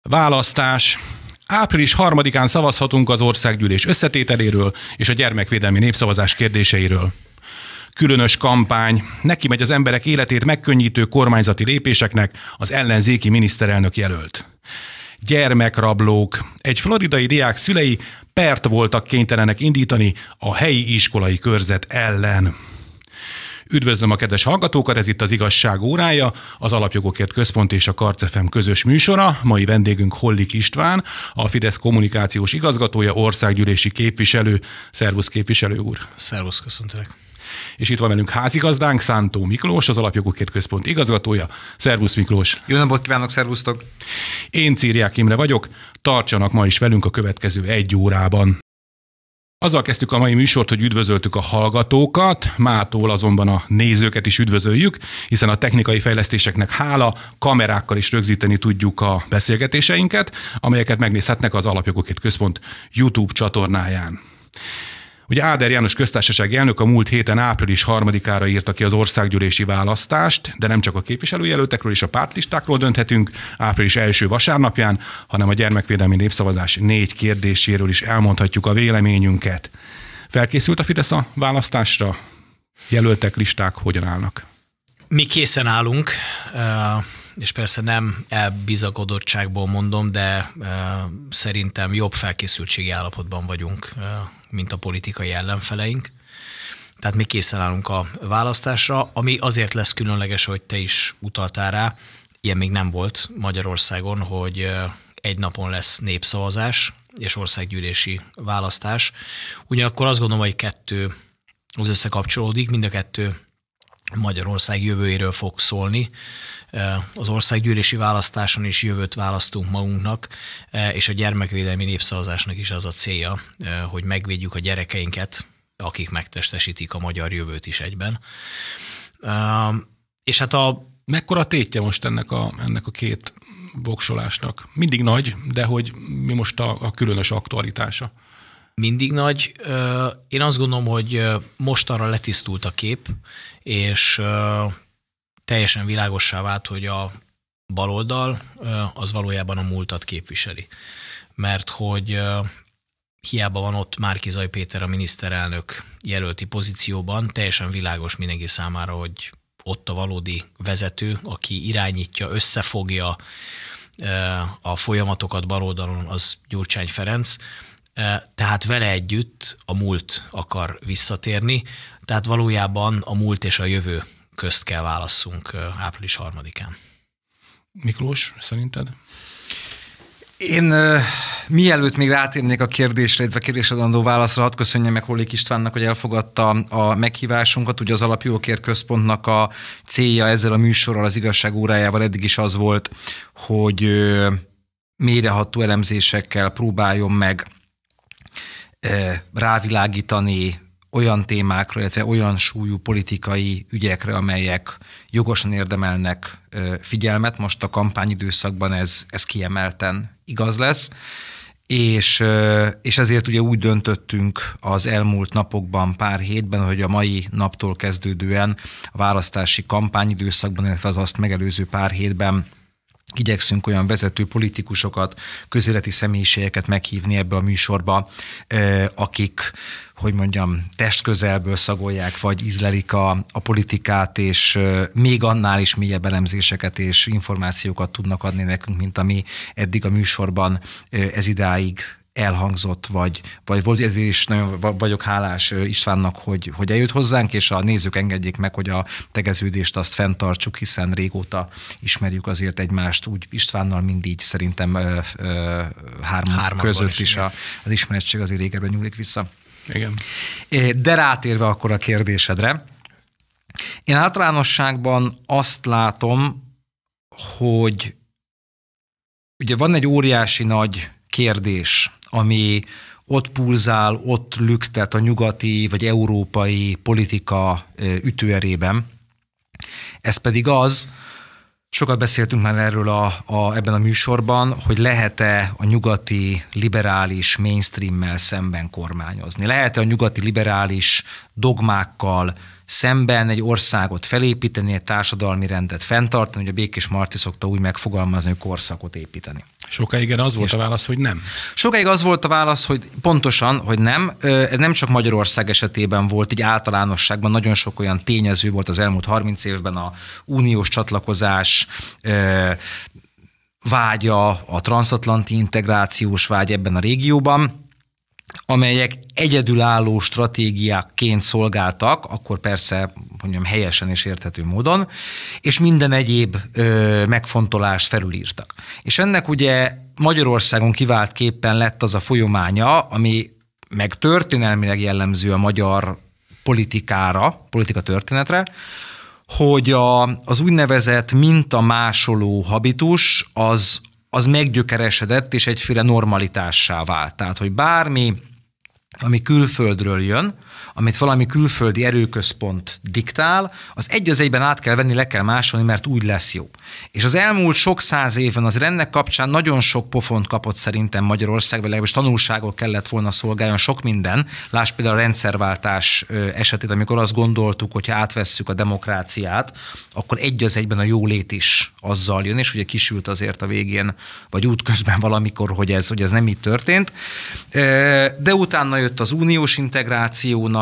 Választás. Április 3-án szavazhatunk az országgyűlés összetételéről és a gyermekvédelmi népszavazás kérdéseiről. Különös kampány. Neki megy az emberek életét megkönnyítő kormányzati lépéseknek az ellenzéki miniszterelnök jelölt. Gyermekrablók. Egy floridai diák szülei pert voltak kénytelenek indítani a helyi iskolai körzet ellen. Üdvözlöm a kedves hallgatókat, ez itt az Igazság órája, az Alapjogokért Központ és a Karc FM közös műsora. Mai vendégünk Hollik István, a Fidesz kommunikációs igazgatója, országgyűlési képviselő. Szervusz, képviselő úr! Szervusz, köszöntelek! És itt van velünk házigazdánk, Szántó Miklós, az Alapjogokért Központ igazgatója. Szervusz, Miklós! Jó napot kívánok, szervusztok! Én Círják Imre vagyok, tartsanak ma is velünk a következő 1 órában. Azzal kezdtük a mai műsort, hogy üdvözöltük a hallgatókat, mától azonban a nézőket is üdvözöljük, hiszen a technikai fejlesztéseknek hála kamerákkal is rögzíteni tudjuk a beszélgetéseinket, amelyeket megnézhetnek az Alapjogokért Központ YouTube csatornáján. Ugye Áder János köztársasági elnök a múlt héten április 3-ára írta ki az országgyűlési választást, de nem csak a képviselőjelöltekről és a pártlistákról dönthetünk április első vasárnapján, hanem a gyermekvédelmi népszavazás 4 kérdéséről is elmondhatjuk a véleményünket. Felkészült a Fidesz a választásra? Jelöltek, listák hogyan állnak? Mi készen állunk, és persze nem elbizakodottságból mondom, de szerintem jobb felkészültségi állapotban vagyunk, mint a politikai ellenfeleink. Tehát mi készen állunk a választásra, ami azért lesz különleges, hogy te is utaltál rá, ilyen még nem volt Magyarországon, hogy egy napon lesz népszavazás és országgyűlési választás. Ugyanakkor azt gondolom, hogy 2 az összekapcsolódik, mind a 2 Magyarország jövőjéről fog szólni. Az országgyűlési választáson is jövőt választunk magunknak, és a gyermekvédelmi népszavazásnak is az a célja, hogy megvédjük a gyerekeinket, akik megtestesítik a magyar jövőt is egyben. És hát mekkora tétje most ennek a 2 voksolásnak? Mindig nagy, de hogy mi most a különös aktualitása? Mindig nagy. Én azt gondolom, hogy mostanra letisztult a kép, és teljesen világossá vált, hogy a baloldal az valójában a múltat képviseli. Mert hogy hiába van ott Márki-Zay Péter a miniszterelnök jelölti pozícióban, teljesen világos mindenki számára, hogy ott a valódi vezető, aki irányítja, összefogja a folyamatokat baloldalon, az Gyurcsány Ferenc. Tehát vele együtt a múlt akar visszatérni, tehát valójában a múlt és a jövő közt kell válasszunk április 3-án. Miklós, szerinted? Én mielőtt még rátérnék a kérdésre, illetve kérdésadandó válaszra, hadd köszönjem meg Hollik Istvánnak, hogy elfogadta a meghívásunkat. Ugye az Alapjogokért Központnak a célja ezzel a műsorral, az Igazság órájával eddig is az volt, hogy mélyreható elemzésekkel próbáljon meg rávilágítani olyan témákra, illetve olyan súlyú politikai ügyekre, amelyek jogosan érdemelnek figyelmet. Most a kampányidőszakban ez kiemelten igaz lesz, és ezért ugye úgy döntöttünk az elmúlt napokban, pár hétben, hogy a mai naptól kezdődően a választási kampányidőszakban, illetve az azt megelőző pár hétben igyekszünk olyan vezető politikusokat, közéleti személyiségeket meghívni ebbe a műsorba, akik, hogy mondjam, testközelből szagolják, vagy ízlelik a politikát, és még annál is mélyebb elemzéseket és információkat tudnak adni nekünk, mint ami eddig a műsorban ez idáig elhangzott, vagy volt, ezért is nagyon vagyok hálás Istvánnak, hogy eljött hozzánk, és a nézők engedjék meg, hogy a tegeződést azt fenntartsuk, hiszen régóta ismerjük azért egymást, úgy Istvánnal, mind így szerintem hárman között is az ismeretség azért régebben nyúlik vissza. Igen. De rátérve akkor a kérdésedre, én általánosságban azt látom, hogy ugye van egy óriási nagy kérdés, ami ott pulzál, ott lüktet a nyugati vagy európai politika ütőerében. Ez pedig az, sokat beszéltünk már erről ebben a műsorban, hogy lehet-e a nyugati liberális mainstreammel szemben kormányozni. Lehet-e a nyugati liberális dogmákkal szemben egy országot felépíteni, egy társadalmi rendet fenntartani, hogy a Békés Marci szokta úgy megfogalmazni, hogy korszakot építeni. Sokáig erre az volt a válasz, hogy nem. Sokáig az volt a válasz, hogy pontosan, hogy nem. Ez nem csak Magyarország esetében volt, így általánosságban nagyon sok olyan tényező volt az elmúlt 30 évben, a uniós csatlakozás vágya, a transatlanti integrációs vágy ebben a régióban, amelyek egyedülálló stratégiákként szolgáltak, akkor persze, mondjam, helyesen és érthető módon, és minden egyéb megfontolást felülírtak. És ennek ugye Magyarországon kiváltképpen lett az a folyamánya, ami meg történelmileg jellemző a magyar politika történetre, hogy az úgynevezett mintamásoló habitus az meggyökeresedett, és egyféle normalitássá vált. Tehát, hogy bármi, ami külföldről jön, amit valami külföldi erőközpont diktál, az egy az egyben át kell venni, le kell másolni, mert úgy lesz jó. És az elmúlt sok száz évben az ennek kapcsán nagyon sok pofont kapott szerintem Magyarország, vagy legalábbis tanulságok kellett volna szolgáljon sok minden. Lásd például a rendszerváltás esetét, amikor azt gondoltuk, hogy ha átvesszük a demokráciát, akkor egy az egyben a jólét is azzal jön, és ugye kisült azért a végén, vagy útközben valamikor, hogy ez nem így történt. De utána jött az uniós integrációnak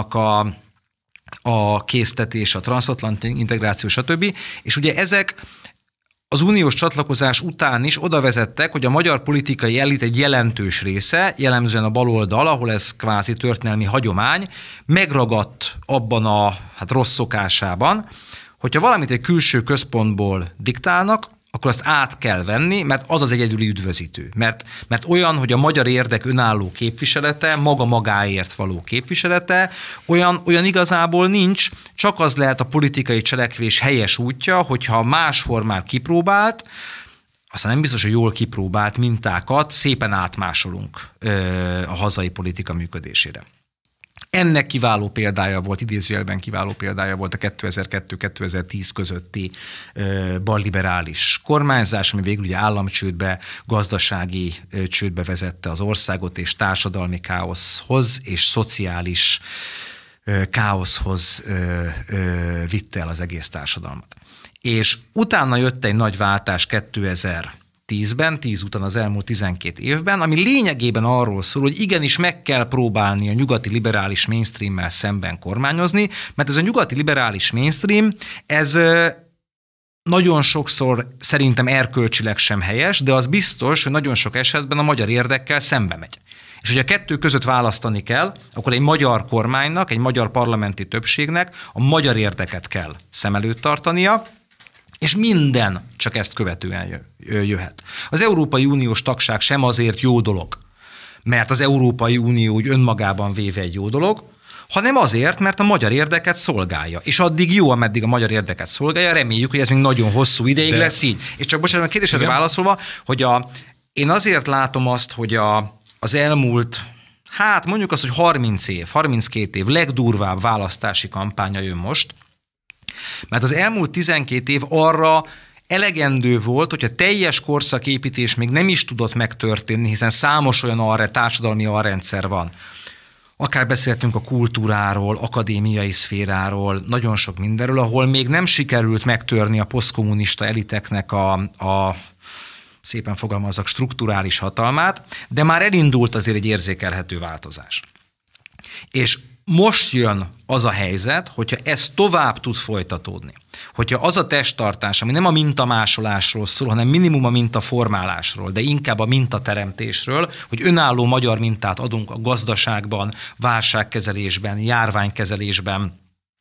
a késztetés, a transatlanti integráció, stb. És ugye ezek az uniós csatlakozás után is oda vezettek, hogy a magyar politikai elit egy jelentős része, jellemzően a baloldal, ahol ez kvázi történelmi hagyomány, megragadt abban a rossz szokásában, hogyha valamit egy külső központból diktálnak, akkor azt át kell venni, mert az az egyedüli üdvözítő. Mert olyan, hogy a magyar érdek önálló képviselete, magáért való képviselete, olyan igazából nincs, csak az lehet a politikai cselekvés helyes útja, hogyha máshol már kipróbált, aztán nem biztos, hogy jól kipróbált mintákat szépen átmásolunk a hazai politika működésére. Ennek kiváló példája volt, idézőjelben kiváló példája volt a 2002-2010 közötti balliberális kormányzás, ami végül ugye államcsődbe, gazdasági csődbe vezette az országot, és társadalmi káoszhoz és szociális káoszhoz vitte el az egész társadalmat. És utána jött egy nagy váltás 2010-ben, 10 után az elmúlt 12 évben, ami lényegében arról szól, hogy igenis meg kell próbálni a nyugati liberális mainstreammel szemben kormányozni, mert ez a nyugati liberális mainstream, ez nagyon sokszor szerintem erkölcsileg sem helyes, de az biztos, hogy nagyon sok esetben a magyar érdekkel szembe megy. És hogyha a kettő között választani kell, akkor egy magyar kormánynak, egy magyar parlamenti többségnek a magyar érdeket kell szem előtt tartania, és minden csak ezt követően jöhet. Az Európai Uniós tagság sem azért jó dolog, mert az Európai Unió úgy önmagában véve egy jó dolog, hanem azért, mert a magyar érdeket szolgálja. És addig jó, ameddig a magyar érdeket szolgálja, reméljük, hogy ez még nagyon hosszú ideig lesz így. És csak bocsánat, a kérdésedre válaszolva, hogy én azért látom azt, hogy az elmúlt, mondjuk azt, hogy 32 év legdurvább választási kampánya jön most, mert az elmúlt 12 év arra elegendő volt, hogy a teljes korszaképítés még nem is tudott megtörténni, hiszen számos olyan társadalmi alrendszer van. Akár beszéltünk a kultúráról, akadémiai szféráról, nagyon sok mindenről, ahol még nem sikerült megtörni a posztkommunista eliteknek a szépen fogalmazzak, strukturális hatalmát, de már elindult azért egy érzékelhető változás. És most jön az a helyzet, hogyha ez tovább tud folytatódni, hogyha az a testtartás, ami nem a mintamásolásról szól, hanem minimum a mintaformálásról, de inkább a mintateremtésről, hogy önálló magyar mintát adunk a gazdaságban, válságkezelésben, járványkezelésben,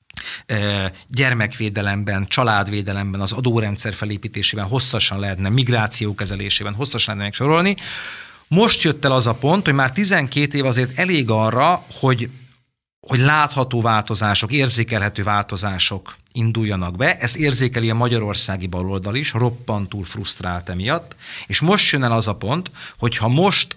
gyermekvédelemben, családvédelemben, az adórendszer felépítésében hosszasan lehetne, migráció kezelésében hosszasan lehetne megsorolni. Most jött el az a pont, hogy már 12 év azért elég arra, hogy látható változások, érzékelhető változások induljanak be. Ezt érzékeli a magyarországi baloldal is, roppantul frusztrált emiatt, és most jön el az a pont, hogyha most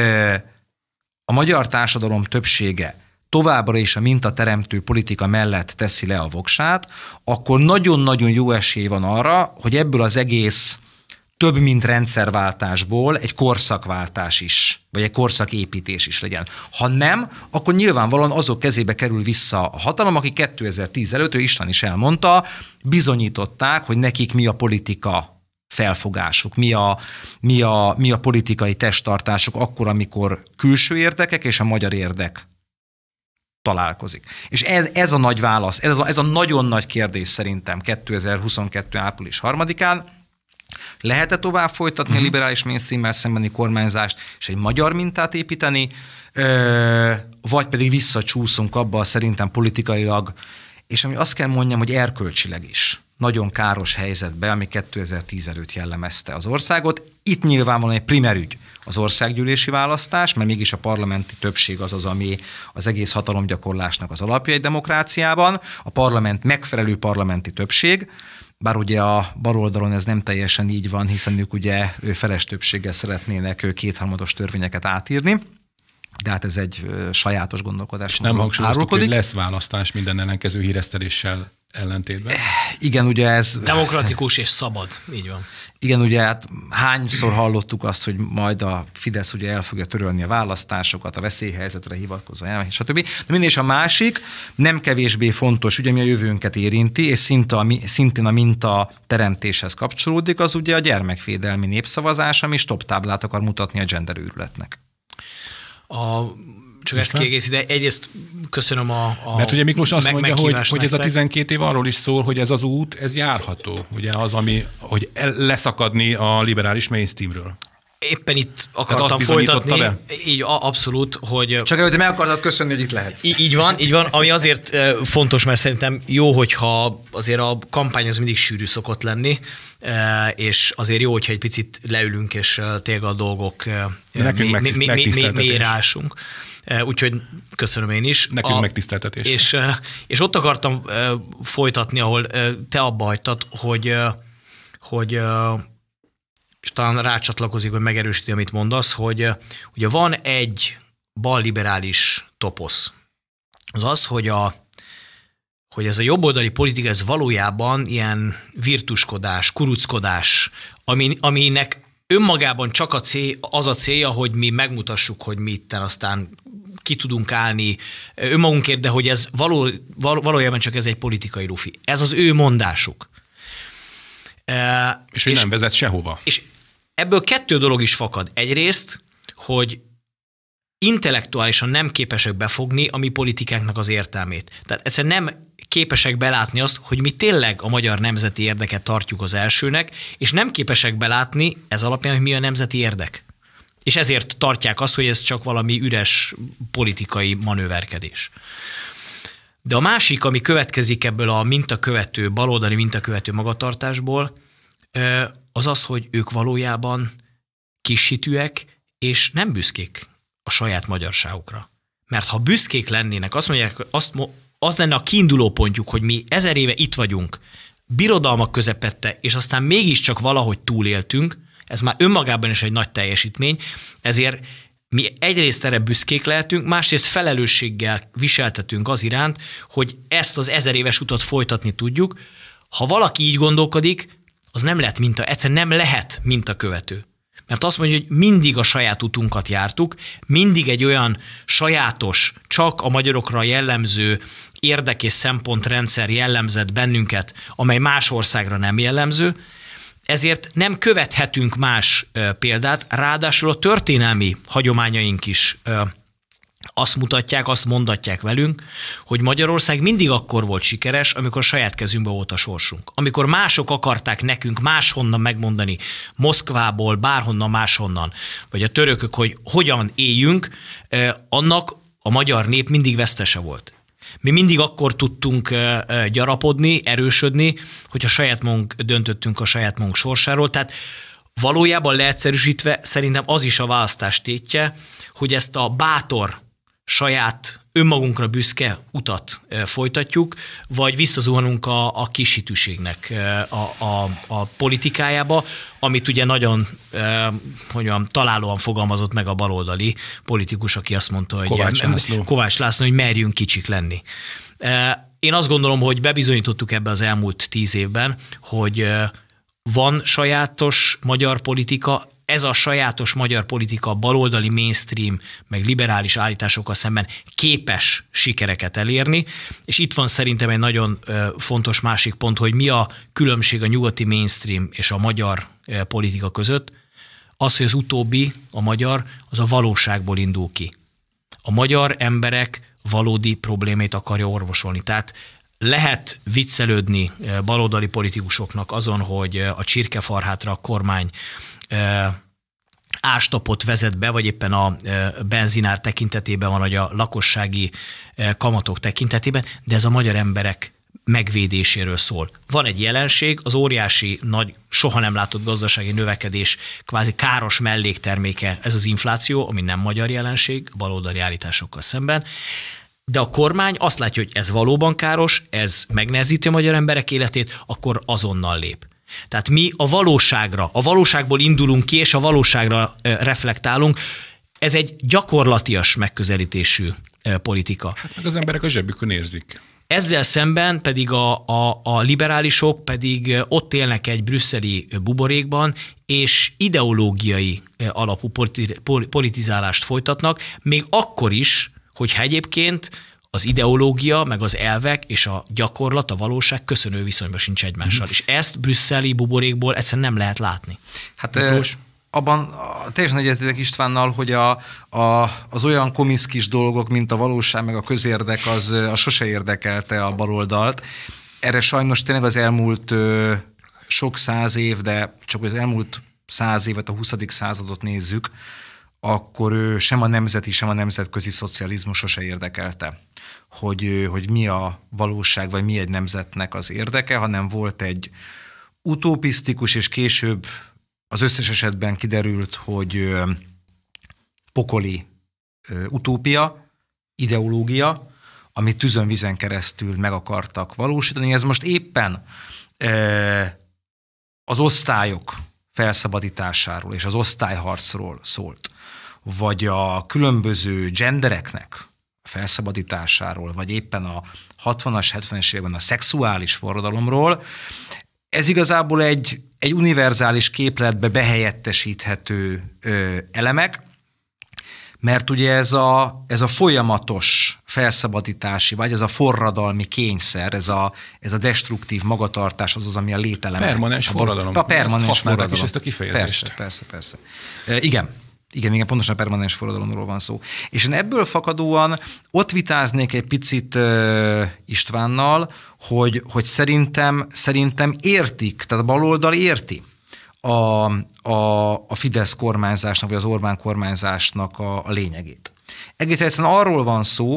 a magyar társadalom többsége továbbra is a mintateremtő politika mellett teszi le a voksát, akkor nagyon-nagyon jó esély van arra, hogy ebből az egész több mint rendszerváltásból egy korszakváltás is, vagy egy korszaképítés is legyen. Ha nem, akkor nyilvánvalóan azok kezébe kerül vissza a hatalom, akik 2010 előtt, ő István is elmondta, bizonyították, hogy nekik mi a politika felfogásuk, mi a politikai testtartásuk akkor, amikor külső érdekek és a magyar érdek találkozik. És ez a nagy válasz, ez a nagyon nagy kérdés szerintem 2022. április 3-án, lehet-e tovább folytatni a liberális mainstreammel szembeni kormányzást, és egy magyar mintát építeni, vagy pedig visszacsúszunk abba szerintem politikailag, és ami azt kell mondjam, hogy erkölcsileg is nagyon káros helyzetbe, ami 2010 előtt jellemezte az országot. Itt nyilvánvalóan egy primer ügy az országgyűlési választás, mert mégis a parlamenti többség az, ami az egész hatalomgyakorlásnak az alapja egy demokráciában. A parlament megfelelő parlamenti többség, bár ugye a baloldalon ez nem teljesen így van, hiszen ők ugye feles többséggel szeretnének kétharmados törvényeket átírni, de hát ez egy sajátos gondolkodás. Nem hangsúlyoztuk, hogy lesz választás minden ellenkező híreszteléssel ellentétben. Igen, ugye ez... Demokratikus és szabad, így van. Igen, ugye hát hányszor hallottuk azt, hogy majd a Fidesz ugye el fogja törölni a választásokat, a veszélyhelyzetre hivatkozva, stb. De minden és a másik, nem kevésbé fontos, ugye mi a jövőnket érinti, és szintén a minta teremtéshez kapcsolódik, az ugye a gyermekvédelmi népszavazás, ami stop táblát akar mutatni a gender őrületnek. Csak ezt kiegészít, egyrészt köszönöm Mert ugye Miklós azt mondja, hogy ez a 12 év arról is szól, hogy ez az út, ez járható. Ugye az, hogy leszakadni a liberális mainstreamről. Éppen itt akartam folytatni. Így abszolút, hogy... Csak előtte meg akartad köszönni, hogy itt lehetsz. Így van. Ami azért fontos, mert szerintem jó, hogyha azért a kampány az mindig sűrű szokott lenni, és azért jó, hogyha egy picit leülünk, és tényleg a dolgok mélyre ásunk. Úgyhogy köszönöm én is. Nekünk megtiszteltetés. És ott akartam folytatni, ahol te abba hagytad, hogy és talán rácsatlakozik, hogy megerősíti, amit mondasz, hogy ugye van egy balliberális toposz. Az, hogy ez a jobboldali politika, ez valójában ilyen virtuskodás, kuruckodás, aminek önmagában csak az a célja, hogy mi megmutassuk, hogy mi itten aztán ki tudunk állni önmagunkért, de hogy ez valójában csak ez egy politikai lufi. Ez az ő mondásuk. És ő nem vezet sehova. És ebből kettő dolog is fakad. Egyrészt, hogy intellektuálisan nem képesek befogni a mi politikánknak az értelmét. Tehát egyszerűen nem képesek belátni azt, hogy mi tényleg a magyar nemzeti érdeket tartjuk az elsőnek, és nem képesek belátni ez alapján, hogy mi a nemzeti érdek. És ezért tartják azt, hogy ez csak valami üres politikai manőverkedés. De a másik, ami következik ebből a baloldali mintakövető magatartásból, az az, hogy ők valójában kishitűek, és nem büszkék a saját magyarságukra. Mert ha büszkék lennének, azt mondják, az lenne a kiinduló pontjuk, hogy mi 1000 éve itt vagyunk, birodalmak közepette, és aztán mégiscsak valahogy túléltünk, ez már önmagában is egy nagy teljesítmény, ezért mi egyrészt erre büszkék lehetünk, másrészt felelősséggel viseltetünk az iránt, hogy ezt az 1000 éves utat folytatni tudjuk. Ha valaki így gondolkodik, az nem lehet egyszerűen nem lehet mintakövető. Mert azt mondja, hogy mindig a saját utunkat jártuk, mindig egy olyan sajátos, csak a magyarokra jellemző érdek- és szempontrendszer jellemzett bennünket, amely más országra nem jellemző, ezért nem követhetünk más példát, ráadásul a történelmi hagyományaink is azt mutatják, azt mondatják velünk, hogy Magyarország mindig akkor volt sikeres, amikor saját kezünkben volt a sorsunk. Amikor mások akarták nekünk máshonnan megmondani, Moszkvából, bárhonnan máshonnan, vagy a törökök, hogy hogyan éljünk, annak a magyar nép mindig vesztese volt. Mi mindig akkor tudtunk gyarapodni, erősödni, hogyha saját magunk döntöttünk a saját magunk sorsáról. Tehát valójában leegyszerűsítve szerintem az is a választás tétje, hogy ezt a bátor, saját önmagunkra büszke utat folytatjuk, vagy visszazuhanunk a kishitűségnek a politikájába, amit ugye nagyon találóan fogalmazott meg a baloldali politikus, aki azt mondta, hogy Kovács László, hogy merjünk kicsik lenni. Én azt gondolom, hogy bebizonyítottuk ebbe az elmúlt 10 évben, hogy van sajátos magyar politika, ez a sajátos magyar politika baloldali mainstream, meg liberális állításokkal szemben képes sikereket elérni, és itt van szerintem egy nagyon fontos másik pont, hogy mi a különbség a nyugati mainstream és a magyar politika között, az, hogy az utóbbi, a magyar, az a valóságból indul ki. A magyar emberek valódi problémát akarja orvosolni. Tehát lehet viccelődni baloldali politikusoknak azon, hogy a csirkefarhátra a kormány ástapot vezet be, vagy éppen a benzinár tekintetében van, vagy a lakossági kamatok tekintetében, de ez a magyar emberek megvédéséről szól. Van egy jelenség, az óriási, nagy, soha nem látott gazdasági növekedés kvázi káros mellékterméke, ez az infláció, ami nem magyar jelenség, baloldali állításokkal szemben, de a kormány azt látja, hogy ez valóban káros, ez megnehezíti a magyar emberek életét, akkor azonnal lép. Tehát mi a valóságból indulunk ki, és a valóságra reflektálunk. Ez egy gyakorlatias megközelítésű politika. Hát meg az emberek a zsebükön érzik. Ezzel szemben pedig a liberálisok pedig ott élnek egy brüsszeli buborékban, és ideológiai alapú politizálást folytatnak, még akkor is, hogyha egyébként az ideológia, meg az elvek és a gyakorlat, a valóság köszönő viszonyban sincs egymással. És ezt brüsszeli buborékból egyszerűen nem lehet látni. Hát abban teljesen egyetértek Istvánnal, hogy az olyan komiszkis dolgok, mint a valóság, meg a közérdek, az sose érdekelte a baloldalt. Erre sajnos tényleg az elmúlt sok száz év, de csak az elmúlt 100 évet, a 20. századot nézzük, akkor sem a nemzeti, sem a nemzetközi szocializmus sose érdekelte, hogy mi a valóság, vagy mi egy nemzetnek az érdeke, hanem volt egy utopisztikus, és később az összes esetben kiderült, hogy pokoli utópia, ideológia, amit tűzön-vizen keresztül meg akartak valósítani. Ez most éppen az osztályok felszabadításáról és az osztályharcról szólt, vagy a különböző gendereknek a felszabadításáról, vagy éppen a 60-as, 70-es években a szexuális forradalomról. Ez igazából egy univerzális képletbe behelyettesíthető elemek, mert ugye ez a folyamatos felszabadítási, vagy ez a forradalmi kényszer, ez a destruktív magatartás, az, ami a lételemek. Permanens forradalom. A permanens forradalom. Is ezt a kifejezést. Persze. Igen, pontosan a permanens forradalomról van szó. És én ebből fakadóan ott vitáznék egy picit Istvánnal, hogy szerintem értik, tehát a baloldal érti a Fidesz kormányzásnak, vagy az Orbán kormányzásnak a lényegét. Egész egyszerűen arról van szó,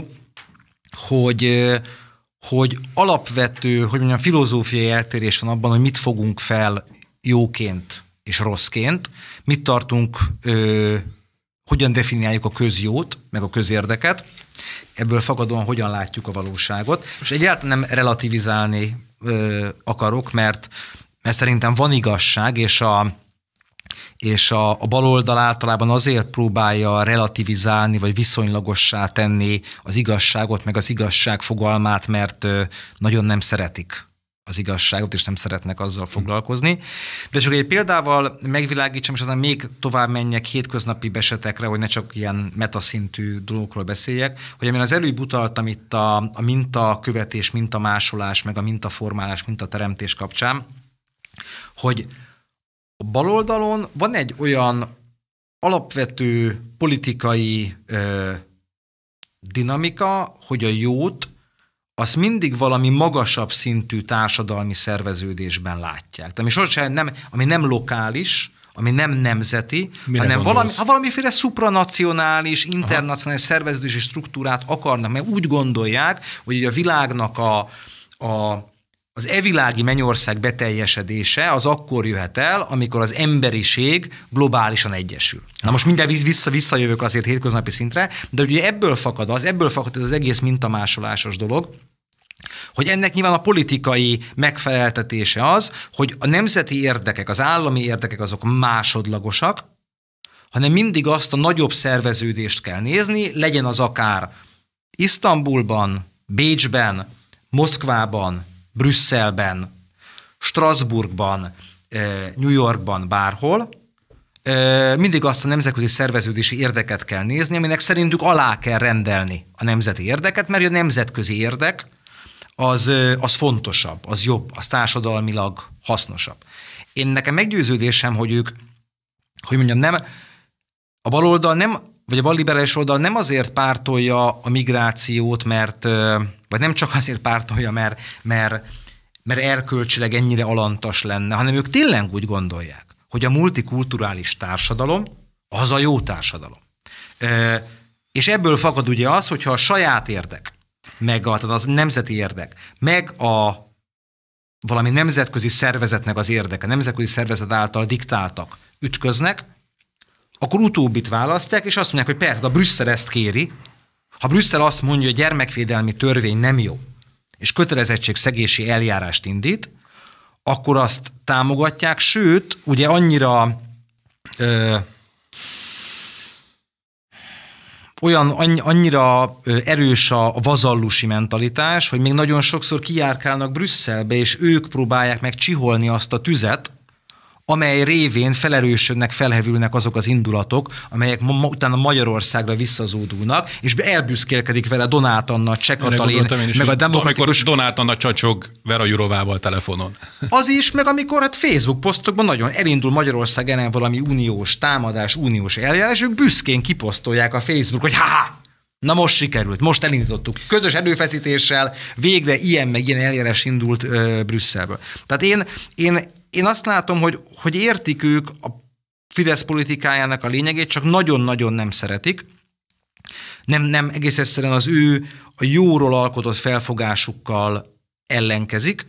hogy alapvető, hogy mondjam, filozófiai eltérés van abban, hogy mit fogunk fel jóként és rosszként, mit tartunk, hogyan definiáljuk a közjót, meg a közérdeket, ebből fakadóan hogyan látjuk a valóságot, és egyáltalán nem relativizálni akarok, mert szerintem van igazság, és a baloldal általában azért próbálja relativizálni, vagy viszonylagossá tenni az igazságot, meg az igazság fogalmát, mert nagyon nem szeretik az igazságot, és nem szeretnek azzal foglalkozni. De csak egy példával megvilágítsam, és aztán még tovább menjek hétköznapi esetekre, hogy ne csak ilyen metaszintű dolgokról beszéljek, hogy amilyen az előbb utaltam itt a mintakövetés, mintamásolás, meg a mintaformálás, mintateremtés kapcsán, hogy a baloldalon van egy olyan alapvető politikai dinamika, hogy a jót azt mindig valami magasabb szintű társadalmi szerveződésben látják. Ami nem lokális, ami nem nemzeti, hanem valamiféle supranacionális, internacionális szerveződési struktúrát akarnak, mert úgy gondolják, hogy a világnak az evilági mennyország beteljesedése az akkor jöhet el, amikor az emberiség globálisan egyesül. Na most minden visszajövök azért hétköznapi szintre, de ugye ebből fakad ez az egész mintamásolásos dolog, hogy ennek nyilván a politikai megfeleltetése az, hogy a nemzeti érdekek, az állami érdekek azok másodlagosak, hanem mindig azt a nagyobb szerveződést kell nézni, legyen az akár Isztambulban, Bécsben, Moszkvában, Brüsszelben, Strasbourgban, New Yorkban, bárhol, mindig azt a nemzetközi szerveződési érdeket kell nézni, aminek szerintük alá kell rendelni a nemzeti érdeket, mert a nemzetközi érdek az fontosabb, az jobb, az társadalmilag hasznosabb. Én nekem meggyőződésem, hogy ők, hogy mondjam, nem, a baloldal nem, vagy a balliberális oldal nem azért pártolja a migrációt, vagy nem csak azért pártolja, mert erkölcsileg ennyire alantas lenne, hanem ők tényleg úgy gondolják, hogy a multikulturális társadalom az a jó társadalom. És ebből fakad ugye az, hogyha a saját érdek, tehát az nemzeti érdek, meg a valami nemzetközi szervezetnek az érdeke, nemzetközi szervezet által diktáltak ütköznek, akkor utóbbit választják, és azt mondják, hogy persze, a Brüsszel ezt kéri. Ha Brüsszel azt mondja, hogy a gyermekvédelmi törvény nem jó, és kötelezettségszegési eljárást indít, akkor azt támogatják, sőt, ugye annyira annyira erős a vazallusi mentalitás, hogy még nagyon sokszor kijárkálnak Brüsszelbe, és ők próbálják meg csiholni azt a tüzet, amely révén felerősödnek, felhevülnek azok az indulatok, amelyek utána Magyarországra visszazódulnak, és elbüszkélkedik vele Donát Anna, Cseh Katalin, meg a demokratikus... Amikor Donát Anna csacsog Vera Jourovával telefonon. Az is, meg amikor Facebook posztokban nagyon elindul Magyarország ellen valami uniós támadás, uniós eljárás, ők büszkén kiposztolják a Facebook, hogy na most sikerült, most elindítottuk. Közös erőfeszítéssel végre ilyen eljárás indult Brüsszelből. Tehát én azt látom, hogy értik ők a Fidesz politikájának a lényegét, csak nagyon-nagyon nem szeretik. Nem egész egyszerűen az ő a jóról alkotott felfogásukkal ellenkezik.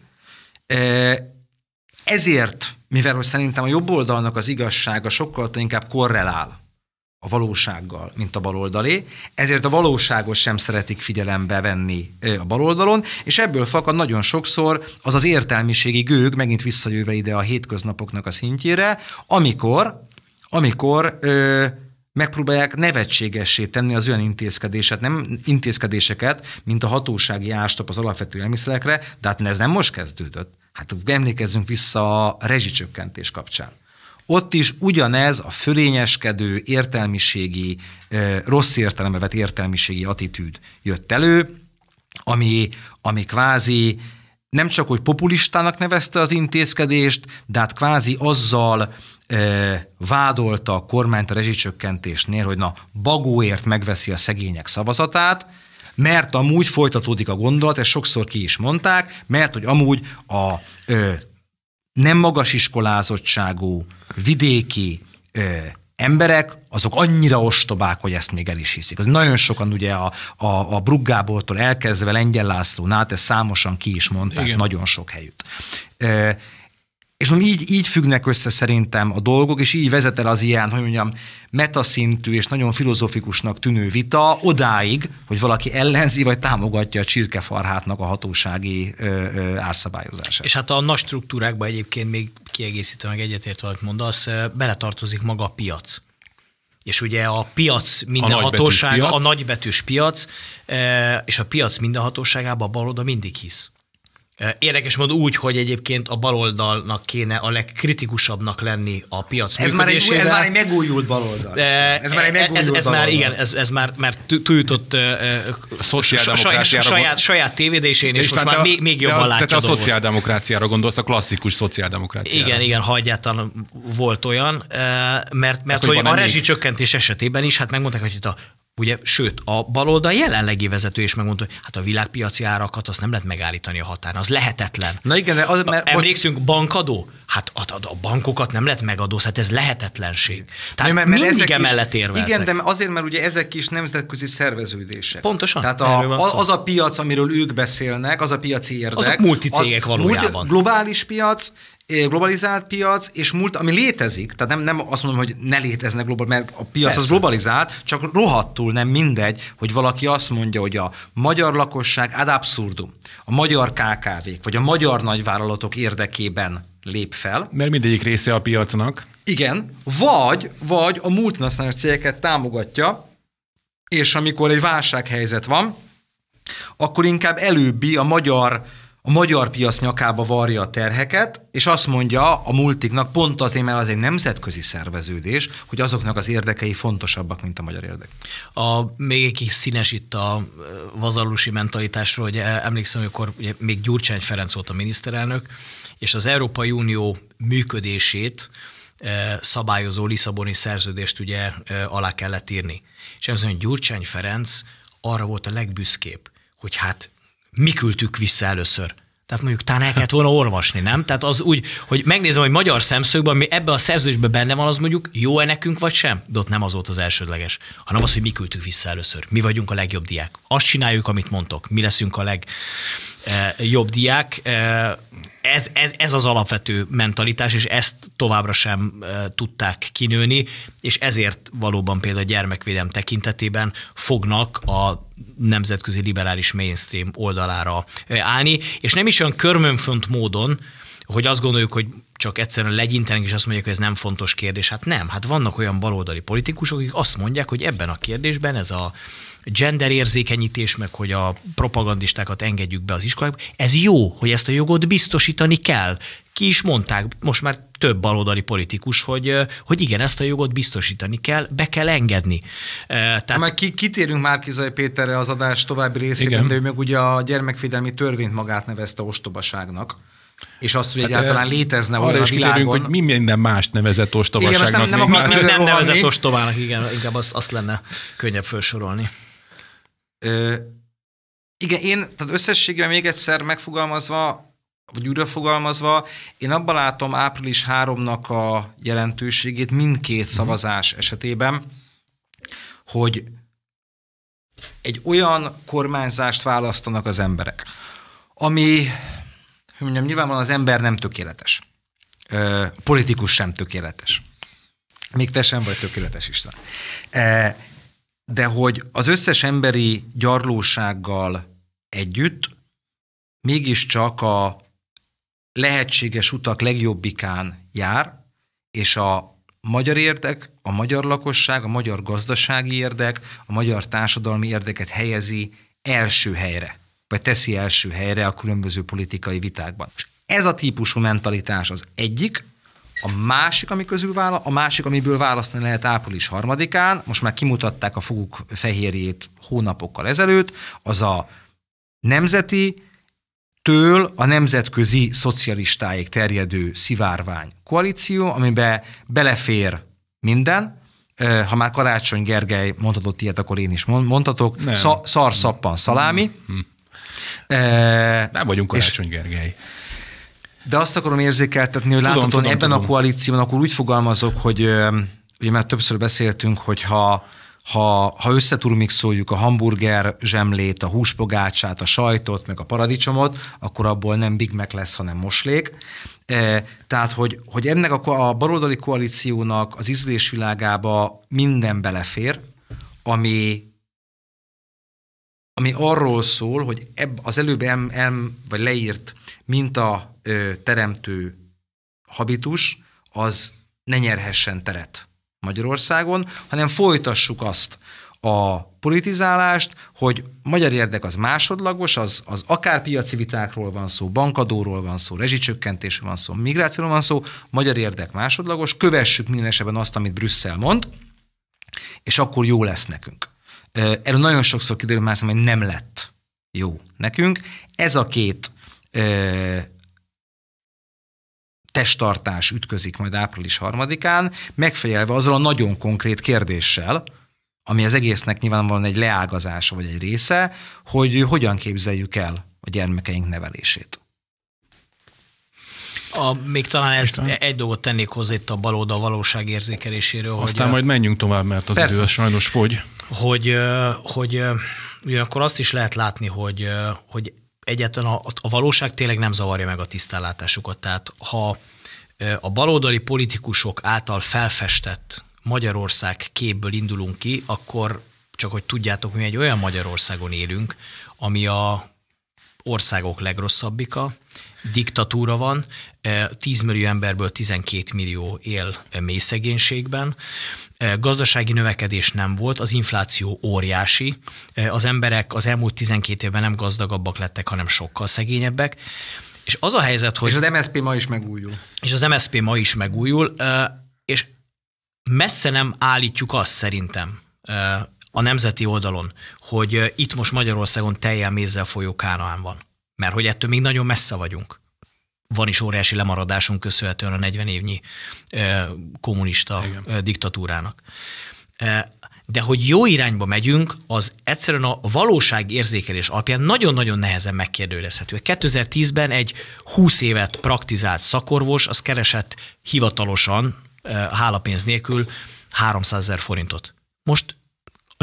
Ezért, mivel hogy szerintem a jobb oldalnak az igazsága sokkal inkább korrelál a valósággal, mint a baloldalé, ezért a valóságot sem szeretik figyelembe venni a baloldalon, és ebből fakad nagyon sokszor az az értelmiségi gőg, megint visszajöve ide a hétköznapoknak a szintjére, amikor megpróbálják nevetségessé tenni az olyan intézkedéseket, mint a hatósági ástop az alapvető élelmiszerekre, de hát ez nem most kezdődött. Hát emlékezzünk vissza a rezsicsökkentés kapcsán. Ott is ugyanez a fölényeskedő, értelmiségi, rossz értelembe vett értelmiségi attitűd jött elő, ami kvázi nem csak, hogy populistának nevezte az intézkedést, de hát kvázi azzal vádolta a kormányt a rezsicsökkentésnél, hogy bagóért megveszi a szegények szavazatát, mert amúgy folytatódik a gondolat, ezt sokszor ki is mondták, mert hogy amúgy a nem magas iskolázottságú, vidéki emberek, azok annyira ostobák, hogy ezt még el is hiszik. Az nagyon sokan ugye a Brugg Gábortól elkezdve Lengyel Lászlón át, ezt számosan ki is mondták, igen, nagyon sok helyütt. És így függnek össze szerintem a dolgok, és így vezet el az ilyen, hogy mondjam, metaszintű és nagyon filozófikusnak tűnő vita odáig, hogy valaki ellenzi vagy támogatja a csirkefarhátnak a hatósági árszabályozását. És hát a nagy struktúrákban egyébként még kiegészítve meg egyetért, valamit mondasz, beletartozik maga a piac. És ugye a piac mindenhatósága, a nagybetűs piac, és a piac mindenhatóságában a baloldal mindig hisz. Érdekes módon úgy, hogy egyébként a baloldalnak kéne a legkritikusabbnak lenni a piac működésével. Ez már egy megújult baloldal. Ez már túljutott saját tévedésén, és most már még jobban látja. Tehát a szociáldemokráciára gondolsz, a klasszikus szociáldemokráciára. Igen, ha egyáltalán volt olyan, mert hogy a rezsicsökkentés esetében is, hát megmondták, hogy itt sőt, a baloldal jelenlegi vezető is megmondta, hogy hát a világpiaci árakat azt nem lehet megállítani a határon, az lehetetlen. Na igen, emlékszünk, bankadó? Hát a bankokat nem lehet megadózni, hát ez lehetetlenség. Tehát mert mindig emellett érveltek. Igen, de azért, mert ugye ezek is nemzetközi szerveződések. Pontosan. Tehát az a piac, amiről ők beszélnek, az a piaci érdek. Azok multicégek valójában. Globális piac, globalizált piac, és ami létezik, tehát nem azt mondom, hogy ne létezne mert a piac persze, az globalizált, csak rohadtul nem mindegy, hogy valaki azt mondja, hogy a magyar lakosság ad absurdum, a magyar KKV-k, vagy a magyar nagyvállalatok érdekében lép fel. Mert mindegyik része a piacnak. Igen, vagy a multinacionális cégeket támogatja, és amikor egy válsághelyzet van, akkor inkább előbbi a a magyar piac nyakába varja a terheket, és azt mondja a multiknak, pont azért, mert az egy nemzetközi szerveződés, hogy azoknak az érdekei fontosabbak, mint a magyar érdek. Még egy kis színes itt a vazallusi mentalitásról, hogy emlékszem, amikor ugye még Gyurcsány Ferenc volt a miniszterelnök, és az Európai Unió működését szabályozó Lisszaboni szerződést ugye alá kellett írni. És ez hogy Gyurcsány Ferenc arra volt a legbüszkébb, hogy hát mi küldtük vissza először. Tehát mondjuk talán el kellett volna olvasni, nem? Tehát az úgy, hogy megnézem, hogy magyar szemszögből, ami ebben a szerződésben benne van, az mondjuk jó-e nekünk, vagy sem? De ott nem az volt az elsődleges, hanem az, hogy mi küldtük vissza először. Mi vagyunk a legjobb diák. Azt csináljuk, amit mondtok. Mi leszünk a legjobb diák. Ez az alapvető mentalitás, és ezt továbbra sem tudták kinőni, és ezért valóban például a gyermekvédelem tekintetében fognak a nemzetközi liberális mainstream oldalára állni, és nem is olyan körmönfönt módon, hogy azt gondoljuk, hogy csak egyszerűen legyintenek, és azt mondják, hogy ez nem fontos kérdés. Hát nem, hát vannak olyan baloldali politikusok, akik azt mondják, hogy ebben a kérdésben ez a gender érzékenyítés, meg hogy a propagandistákat engedjük be az iskolákba, ez jó, hogy ezt a jogot biztosítani kell. Ki is mondták, most már több baloldali politikus, hogy igen, ezt a jogot biztosítani kell, be kell engedni. Tehát... Már kitérünk Márki-Zay Péterre az adás további részében, de ő meg ugye a gyermekvédelmi törvényt magát nevezte ostobaságnak. És azt, hogy egyáltalán létezne olyan a világon... hogy mi minden mást nevezett ostobaságnak. Nem nevezett ostobának, igen, inkább azt lenne könnyebb felsorolni. Igen, tehát összességében még egyszer megfogalmazva, vagy újrafogalmazva, én abban látom április 3-nak a jelentőségét mindkét szavazás esetében, hogy egy olyan kormányzást választanak az emberek, ami, hogy mondjam, nyilvánvalóan az ember nem tökéletes. Politikus sem tökéletes. Még te sem vagy tökéletes, István. De hogy az összes emberi gyarlósággal együtt mégiscsak a lehetséges utak legjobbikán jár, és a magyar érdek, a magyar lakosság, a magyar gazdasági érdek, a magyar társadalmi érdeket helyezi első helyre, vagy teszi első helyre a különböző politikai vitákban. És ez a típusú mentalitás az egyik, a másik, amiből választani lehet április 3-án, most már kimutatták a foguk fehérjét hónapokkal ezelőtt, az a nemzeti-től a nemzetközi szocialistáig terjedő szivárvány koalíció, amiben belefér minden. Ha már Karácsony Gergely mondhatott ilyet, akkor én is mondhatok. Szar, szappan, szalámi. Nem vagyunk Karácsony Gergely. De azt akarom érzékeltetni, hogy láthatóan ebben a koalícióban akkor úgy fogalmazok, hogy ugye már többször beszéltünk, hogy ha összeturmixoljuk a hamburger zsemlét, a húspogácsát, a sajtot, meg a paradicsomot, akkor abból nem Big Mac lesz, hanem moslék. Tehát, hogy ennek a baloldali koalíciónak az ízlésvilágába minden belefér, ami arról szól, hogy az előbb vagy leírt minta teremtő habitus, az ne nyerhessen teret Magyarországon, hanem folytassuk azt a politizálást, hogy magyar érdek az másodlagos, az akár piaci vitákról van szó, bankadóról van szó, rezsicsökkentésről van szó, migrációról van szó, magyar érdek másodlagos, kövessük minden esetben azt, amit Brüsszel mond, és akkor jó lesz nekünk. Erről nagyon sokszor kiderül már, hogy nem lett jó nekünk. Ez a két testtartás ütközik majd április 3-án, megfejelve azzal a nagyon konkrét kérdéssel, ami az egésznek nyilvánvalóan egy leágazása vagy egy része, hogy hogyan képzeljük el a gyermekeink nevelését. Még talán egy dolgot tennék hozzá itt a baloldal valóságérzékeléséről. Aztán majd menjünk tovább, mert az idő sajnos fogy. Hogy ugyanakkor azt is lehet látni, hogy egyáltalán a valóság tényleg nem zavarja meg a tisztánlátásukat. Tehát ha a baloldali politikusok által felfestett Magyarország képből indulunk ki, akkor csak hogy tudjátok, mi egy olyan Magyarországon élünk, ami a országok legrosszabbika, diktatúra van, 10 millió emberből 12 millió él mély szegénységben, gazdasági növekedés nem volt, az infláció óriási, az emberek az elmúlt 12 évben nem gazdagabbak lettek, hanem sokkal szegényebbek, és az a helyzet, hogy... És az MSZP ma is megújul. És az MSZP ma is megújul, és messze nem állítjuk azt szerintem a nemzeti oldalon, hogy itt most Magyarországon tejjel mézzel folyó Kánaán van. Mert hogy ettől még nagyon messze vagyunk. Van is óriási lemaradásunk köszönhetően a 40 évnyi kommunista diktatúrának. De hogy jó irányba megyünk, az egyszerűen a valóságérzékelés alapján nagyon-nagyon nehezen megkérdőjelezhető. 2010-ben egy 20 évet praktizált szakorvos, az keresett hivatalosan, hálapénz nélkül 300 000 forintot. Most a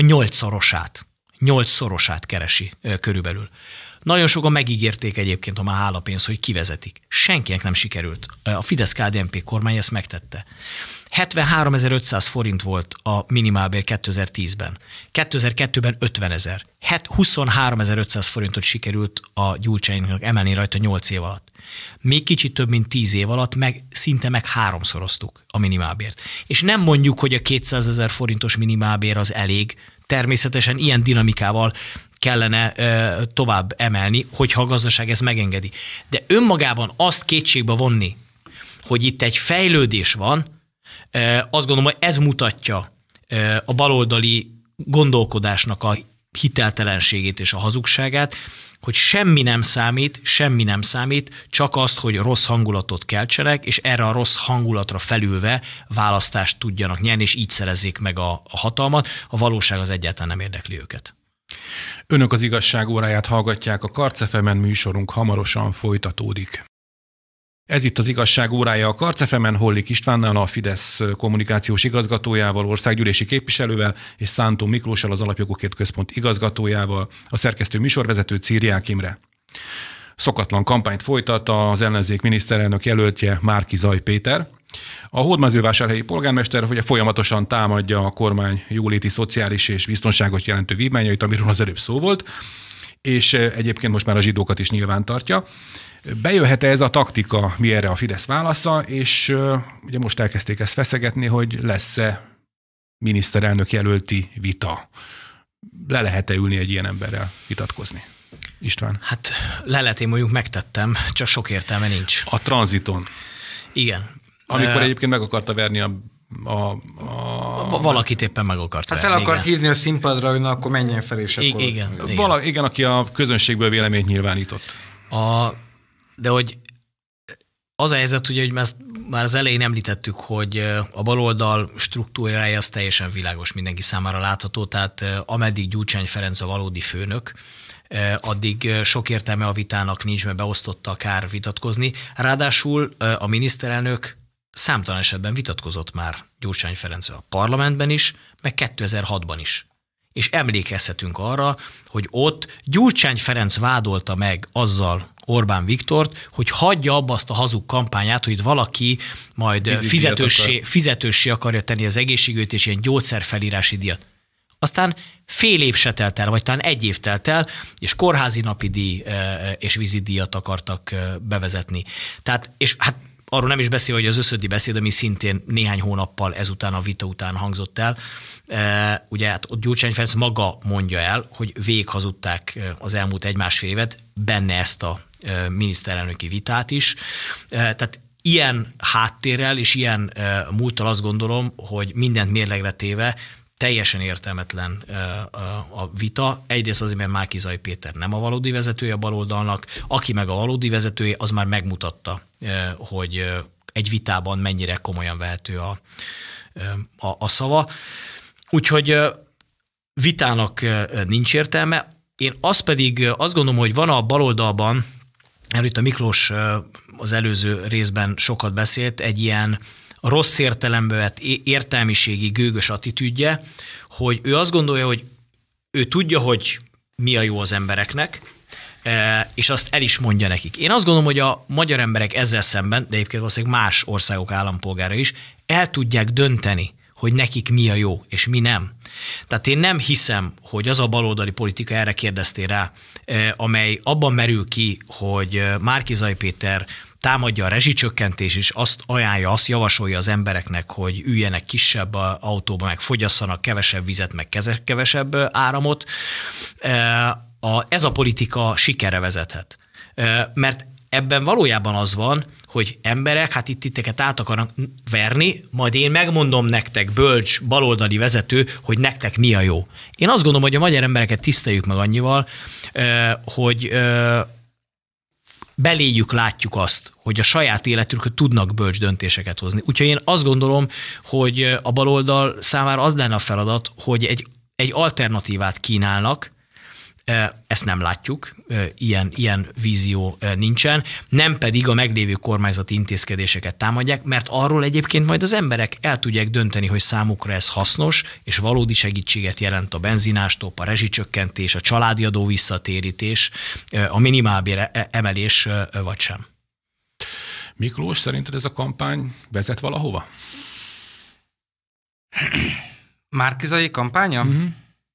8-szorosát keresi körülbelül. Nagyon sokan megígérték egyébként, ha már hálapénz, hogy kivezetik. Senkinek nem sikerült. A Fidesz-KDNP kormány ezt megtette. 73 500 forint volt a minimálbér 2010-ben. 2002-ben 50 000. 23 500 forintot sikerült a Gyurcsánynak emelni rajta 8 év alatt. Még kicsit több mint 10 év alatt szinte meg háromszoroztuk a minimálbért. És nem mondjuk, hogy a 200 000 forintos minimálbér az elég. Természetesen ilyen dinamikával kellene tovább emelni, hogyha a gazdaság ezt megengedi. De önmagában azt kétségbe vonni, hogy itt egy fejlődés van, azt gondolom, hogy ez mutatja a baloldali gondolkodásnak a hiteltelenségét és a hazugságát, hogy semmi nem számít, csak azt, hogy rossz hangulatot keltsenek, és erre a rossz hangulatra felülve választást tudjanak nyerni, és így szerezzék meg a hatalmat. A valóság az egyáltalán nem érdekli őket. Önök az igazság óráját hallgatják, a Karc FM-en, műsorunk hamarosan folytatódik. Ez itt az igazság órája a Karc FM-en, Hollik Istvánnal, a Fidesz kommunikációs igazgatójával, országgyűlési képviselővel, és Szántó Miklóssal, az Alapjogokért Központ igazgatójával, a szerkesztő műsorvezető Círiák Imre. Szokatlan kampányt folytat az ellenzék miniszterelnök jelöltje, Márki-Zay Péter. A hódmezővásárhelyi polgármester ugye folyamatosan támadja a kormány jóléti, szociális és biztonságot jelentő vívmányait, amiről az előbb szó volt, és egyébként most már a zsidókat is nyilván tartja. Bejöhet-e ez a taktika, mi erre a Fidesz válasza, és ugye most elkezdték ezt feszegetni, hogy lesz-e miniszterelnök jelölti vita. Le lehet-e ülni egy ilyen emberrel vitatkozni? István? Hát le lehet, én mondjuk megtettem, csak sok értelme nincs. A tranziton. Igen. Amikor egyébként meg akarta verni valakit éppen meg akart verni. Hát fel akart hívni a színpadra, hogy na, akkor menjen fel, és akkor... Igen, aki a közönségből véleményt nyilvánított. De hogy az a helyzet, ugye, hogy már az elején említettük, hogy a baloldal struktúrája az teljesen világos, mindenki számára látható, tehát ameddig Gyurcsány Ferenc a valódi főnök, addig sok értelme a vitának nincs, mert beosztotta kár vitatkozni. Ráadásul a miniszterelnök számtalan esetben vitatkozott már Gyurcsány Ferencvel a parlamentben is, meg 2006-ban is. És emlékezhetünk arra, hogy ott Gyurcsány Ferenc vádolta meg azzal Orbán Viktort, hogy hagyja abba azt a hazug kampányát, hogy valaki majd fizetőssé akarja tenni az egészségügyet, és ilyen gyógyszerfelírási díjat. Aztán fél év se telt el, vagy talán egy év telt el, és kórházi napi díj és vízidíjat akartak bevezetni. Tehát, és hát arról nem is beszél, hogy az összödi beszéd, ami szintén néhány hónappal ezután a vita után hangzott el. Ugye hát ott Gyurcsány Ferenc maga mondja el, hogy végighazudták az elmúlt 1-1,5 évet, benne ezt a miniszterelnöki vitát is. Tehát ilyen háttérrel és ilyen múlttal azt gondolom, hogy mindent mérlegre téve teljesen értelmetlen a vita. Egyrészt azért, mert Márki-Zay Péter nem a valódi vezetője a baloldalnak, aki meg a valódi vezetője, az már megmutatta, hogy egy vitában mennyire komolyan vehető a szava. Úgyhogy vitának nincs értelme. Én azt gondolom, hogy van a baloldalban, erről itt a Miklós az előző részben sokat beszélt, egy ilyen rossz értelembe vett értelmiségi gőgös attitűdje, hogy ő azt gondolja, hogy ő tudja, hogy mi a jó az embereknek, és azt el is mondja nekik. Én azt gondolom, hogy a magyar emberek ezzel szemben, de egyébként valószínűleg más országok állampolgára is, el tudják dönteni, hogy nekik mi a jó, és mi nem. Tehát én nem hiszem, hogy az a baloldali politika, erre kérdeztél rá, amely abban merül ki, hogy Márki-Zay Péter támadja a rezsicsökkentés, és azt ajánlja, azt javasolja az embereknek, hogy üljenek kisebb autóba, meg fogyasszanak kevesebb vizet, meg kevesebb áramot. Ez a politika sikerre vezethet. Mert ebben valójában az van, hogy emberek, hát itt titeket át akarnak verni, majd én megmondom nektek, bölcs, baloldali vezető, hogy nektek mi a jó. Én azt gondolom, hogy a magyar embereket tiszteljük meg annyival, hogy beléjük látjuk azt, hogy a saját életükről tudnak bölcs döntéseket hozni. Úgyhogy én azt gondolom, hogy a baloldal számára az lenne a feladat, hogy egy alternatívát kínálnak, ezt nem látjuk, ilyen vízió nincsen, nem pedig a meglévő kormányzati intézkedéseket támadják, mert arról egyébként majd az emberek el tudják dönteni, hogy számukra ez hasznos, és valódi segítséget jelent a benzinástop, a rezsicsökkentés, a családi adó visszatérítés, a minimálbér emelés, vagy sem. Miklós, szerinted ez a kampány vezet valahova? Márki-Zay kampánya? Uh-huh.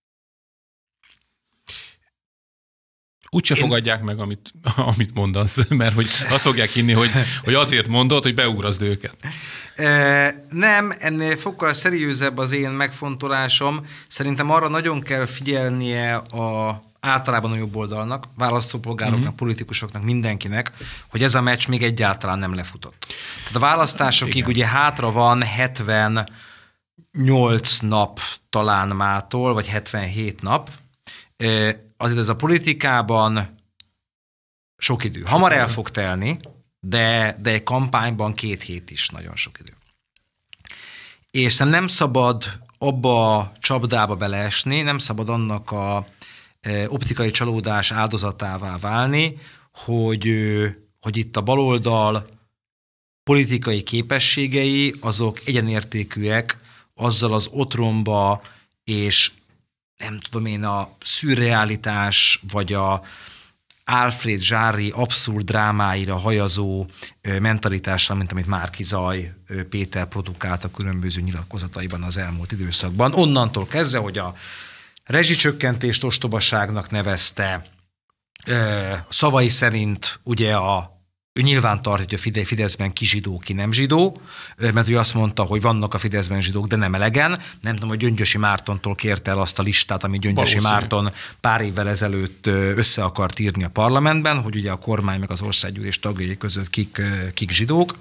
Úgyse fogadják meg, amit mondasz, mert hogy azt fogják hinni, hogy azért mondod, hogy beugraszd őket. Nem, ennél fokkal szeriőzebb az én megfontolásom. Szerintem arra nagyon kell figyelnie általában a jobb oldalnak, választópolgároknak, politikusoknak, mindenkinek, hogy ez a meccs még egyáltalán nem lefutott. Tehát a választásokig ugye hátra van 78 nap talán mától, vagy 77 nap. Azért ez a politikában sok idő. Hamar el fog telni, de egy kampányban 2 hét is nagyon sok idő. És nem szabad abba a csapdába beleesni, nem szabad annak a optikai csalódás áldozatává válni, hogy itt a baloldal politikai képességei azok egyenértékűek azzal az otromba és nem tudom én, a szürrealitás, vagy a Alfred Zsári abszurd drámáira hajazó mentalitással, mint amit Márki-Zay Péter produkált a különböző nyilatkozataiban az elmúlt időszakban. Onnantól kezdve, hogy a rezsicsökkentést ostobaságnak nevezte, szavai szerint ugye ő nyilván tartja, hogy a Fideszben ki zsidó, ki nem zsidó, mert ő azt mondta, hogy vannak a Fideszben zsidók, de nem elegen. Nem tudom, hogy Gyöngyösi Mártontól kérte el azt a listát, amit Gyöngyösi Márton pár évvel ezelőtt össze akart írni a parlamentben, hogy ugye a kormány meg az országgyűlés tagjai között kik zsidók.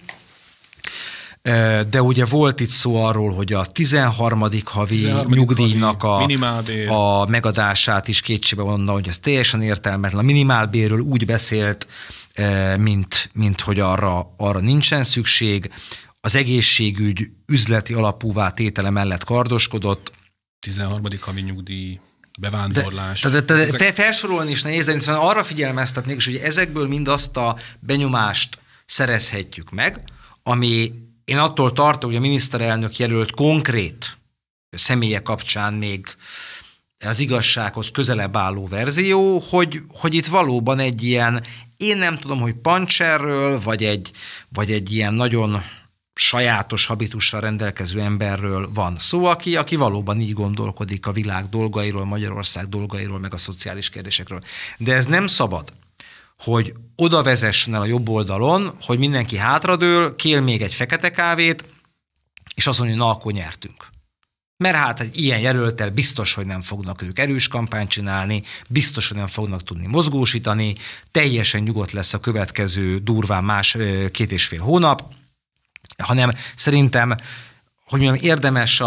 De ugye volt itt szó arról, hogy a 13. havi nyugdíjnak a megadását is kétségbe vonna, hogy ez teljesen értelmetlen. A minimálbérről úgy beszélt, mint hogy arra nincsen szükség. Az egészségügy üzleti alapúvá tétele mellett kardoskodott. 13. havi nyugdíj, bevándorlás. Felsorolni is nehéz, de arra figyelmeztetnék, hogy ezekből mind azt a benyomást szerezhetjük meg, ami én attól tartom, hogy a miniszterelnök jelölt konkrét személye kapcsán még az igazsághoz közelebb álló verzió, hogy itt valóban egy ilyen, én nem tudom, hogy pancserről, vagy egy ilyen nagyon sajátos habitussal rendelkező emberről van szó, aki valóban így gondolkodik a világ dolgairól, Magyarország dolgairól, meg a szociális kérdésekről. De ez nem szabad, hogy oda vezessen el a jobb oldalon, hogy mindenki hátradől, kér még egy fekete kávét, és azt mondja, hogy na, akkor nyertünk. Mert hát egy ilyen jelölttel biztos, hogy nem fognak ők erős kampányt csinálni, biztos, hogy nem fognak tudni mozgósítani, teljesen nyugodt lesz a következő durván 2,5 hónap, hanem szerintem, hogy mondjam, érdemes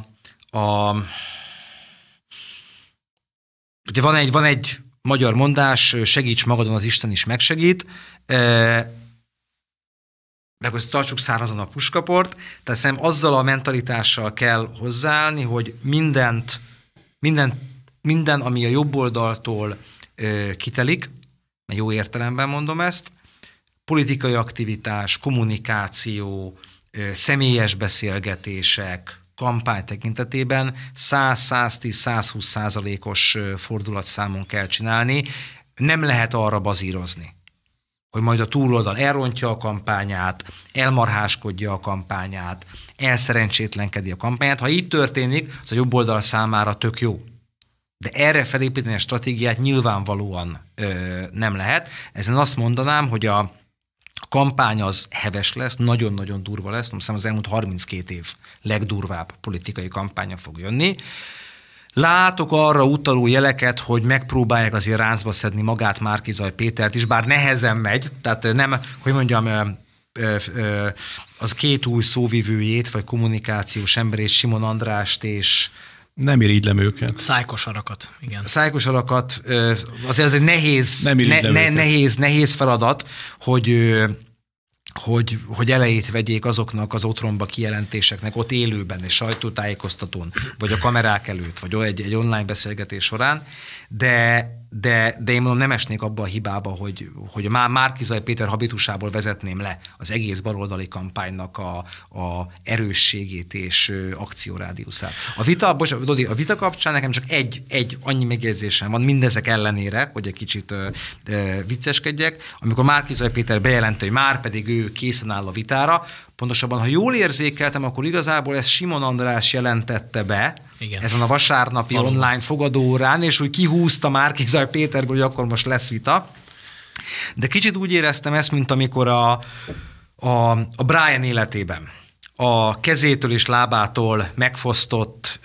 ugye van egy magyar mondás, segíts magadon, az Isten is megsegít, meg azt tartsuk szárazon a puskaport, tehát szerintem azzal a mentalitással kell hozzáállni, hogy minden, ami a jobb oldaltól kitelik, mert jó értelemben mondom ezt, politikai aktivitás, kommunikáció, személyes beszélgetések, kampány tekintetében 100-110-120%-os fordulatszámon kell csinálni. Nem lehet arra bazírozni, hogy majd a túloldal elrontja a kampányát, elmarháskodja a kampányát, elszerencsétlenkedi a kampányát. Ha így történik, az a jobb oldal számára tök jó. De erre felépíteni a stratégiát nyilvánvalóan nem lehet. Ezen azt mondanám, hogy a kampány az heves lesz, nagyon-nagyon durva lesz. Hiszem az elmúlt 32 év legdurvább politikai kampánya fog jönni. Látok arra utaló jeleket, hogy megpróbálják azért ráncba szedni magát Márki-Zay Pétert is, bár nehezen megy, tehát nem, hogy mondjam, az két új szóvivőjét, vagy kommunikációs emberét, Simon Andrást és nem irigylem őket. Szájkosarakat, igen. Szájkosarakat, azért ez egy nehéz feladat, hogy elejét vegyék azoknak az otromba kijelentéseknek ott élőben, és sajtótájékoztatón, vagy a kamerák előtt, vagy egy online beszélgetés során, de én mondom, nem esnék abba a hibába, hogy Márki-Zay Péter habitusából vezetném le az egész baloldali kampánynak a erősségét és akciórádiuszát. A vita kapcsán nekem csak egy annyi megjegyzésem van, mindezek ellenére, hogy egy kicsit vicceskedjek, amikor Márki-Zay Péter bejelenti, hogy már pedig ő készen áll a vitára, pontosabban, ha jól érzékeltem, akkor igazából ezt Simon András jelentette be, igen, ezen a vasárnapi online fogadóórán, és úgy kihúzta Márki-Zay Péterből, hogy akkor most lesz vita. De kicsit úgy éreztem ezt, mint amikor a Brian életében a kezétől és lábától megfosztott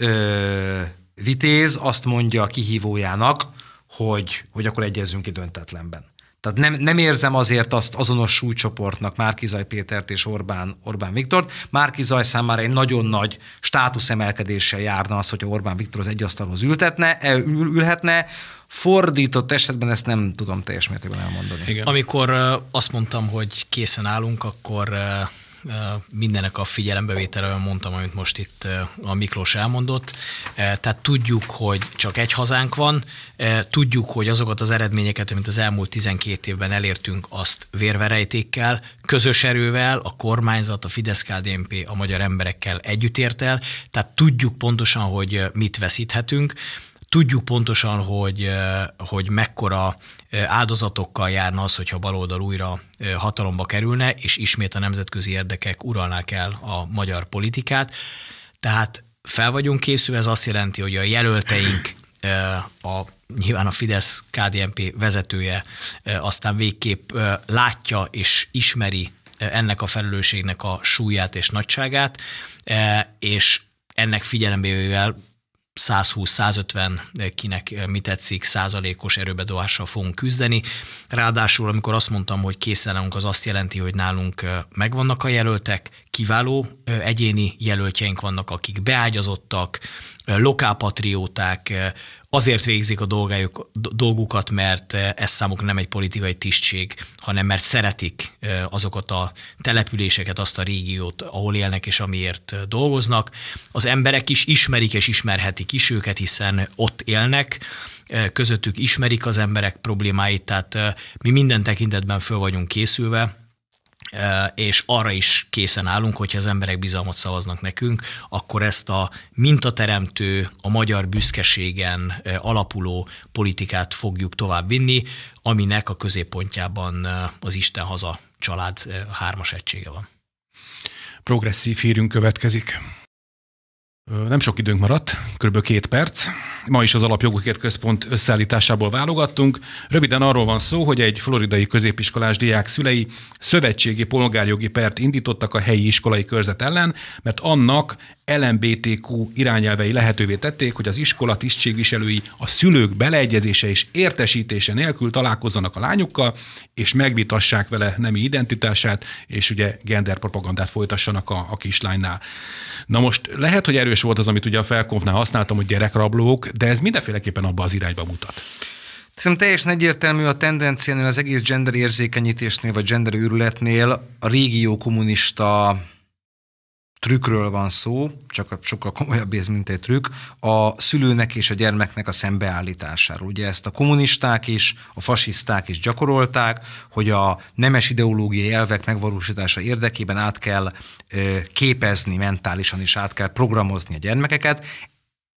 vitéz azt mondja a kihívójának, hogy akkor egyezzünk ki döntetlenben. Tehát nem érzem azért azt azonos súlycsoportnak Márki-Zay Pétert és Orbán Viktort. Márki-Zay számára egy nagyon nagy státuszemelkedéssel járna az, hogyha Orbán Viktor az egy asztalhoz ülhetne. Fordított esetben ezt nem tudom teljes mértékben elmondani. Igen. Amikor azt mondtam, hogy készen állunk, akkor mindennek a figyelembevételről mondtam, amit most itt a Miklós elmondott. Tehát tudjuk, hogy csak egy hazánk van, tudjuk, hogy azokat az eredményeket, amit az elmúlt 12 évben elértünk, azt vérverejtékkel, közös erővel, a kormányzat, a Fidesz-KDNP, a magyar emberekkel együtt ért el, tehát tudjuk pontosan, hogy mit veszíthetünk. Tudjuk pontosan, hogy mekkora áldozatokkal járna az, hogyha baloldal újra hatalomba kerülne, és ismét a nemzetközi érdekek uralnák el a magyar politikát. Tehát fel vagyunk készülve, ez azt jelenti, hogy a jelölteink, nyilván a Fidesz-KDNP vezetője aztán végképp látja és ismeri ennek a felelősségnek a súlyát és nagyságát, és ennek figyelembevével 120-150, kinek mi tetszik, százalékos erőbedobással fogunk küzdeni. Ráadásul, amikor azt mondtam, hogy készen állunk, az azt jelenti, hogy nálunk megvannak a jelöltek, kiváló egyéni jelöltjeink vannak, akik beágyazottak, lokálpatrióták, azért végzik a dolgukat, mert ez számukra nem egy politikai tisztség, hanem mert szeretik azokat a településeket, azt a régiót, ahol élnek és amiért dolgoznak. Az emberek is ismerik és ismerhetik is őket, hiszen ott élnek, közöttük ismerik az emberek problémáit, tehát mi minden tekintetben föl vagyunk készülve, és arra is készen állunk, hogyha az emberek bizalmat szavaznak nekünk, akkor ezt a mintateremtő, a magyar büszkeségen alapuló politikát fogjuk tovább vinni, aminek a középpontjában az Isten-haza család 3-as egysége van. Progresszív hírünk következik. Nem sok időnk maradt, kb. 2 perc. Ma is az Alapjogokért Központ összeállításából válogattunk. Röviden arról van szó, hogy egy floridai középiskolás diák szülei szövetségi polgárjogi pert indítottak a helyi iskolai körzet ellen, mert annak LMBTQ irányelvei lehetővé tették, hogy az iskola tisztségviselői a szülők beleegyezése és értesítése nélkül találkozzanak a lányukkal, és megvitassák vele nemi identitását, és ugye genderpropagandát folytassanak a kislánynál. Na most lehet, hogy erős volt az, amit ugye a Felkonfnál használtam, hogy gyerekrablók, de ez mindenféleképpen abba az irányba mutat. Szerintem teljesen egyértelmű a tendenciánél, az egész gender érzékenyítésnél, vagy gender őrületnél a régió kommunista trükkről van szó, csak sokkal komolyabb ez, mint egy trükk, a szülőnek és a gyermeknek a szembeállításáról. Ugye ezt a kommunisták is, a fasiszták is gyakorolták, hogy a nemes ideológiai elvek megvalósítása érdekében át kell képezni mentálisan, és át kell programozni a gyermekeket.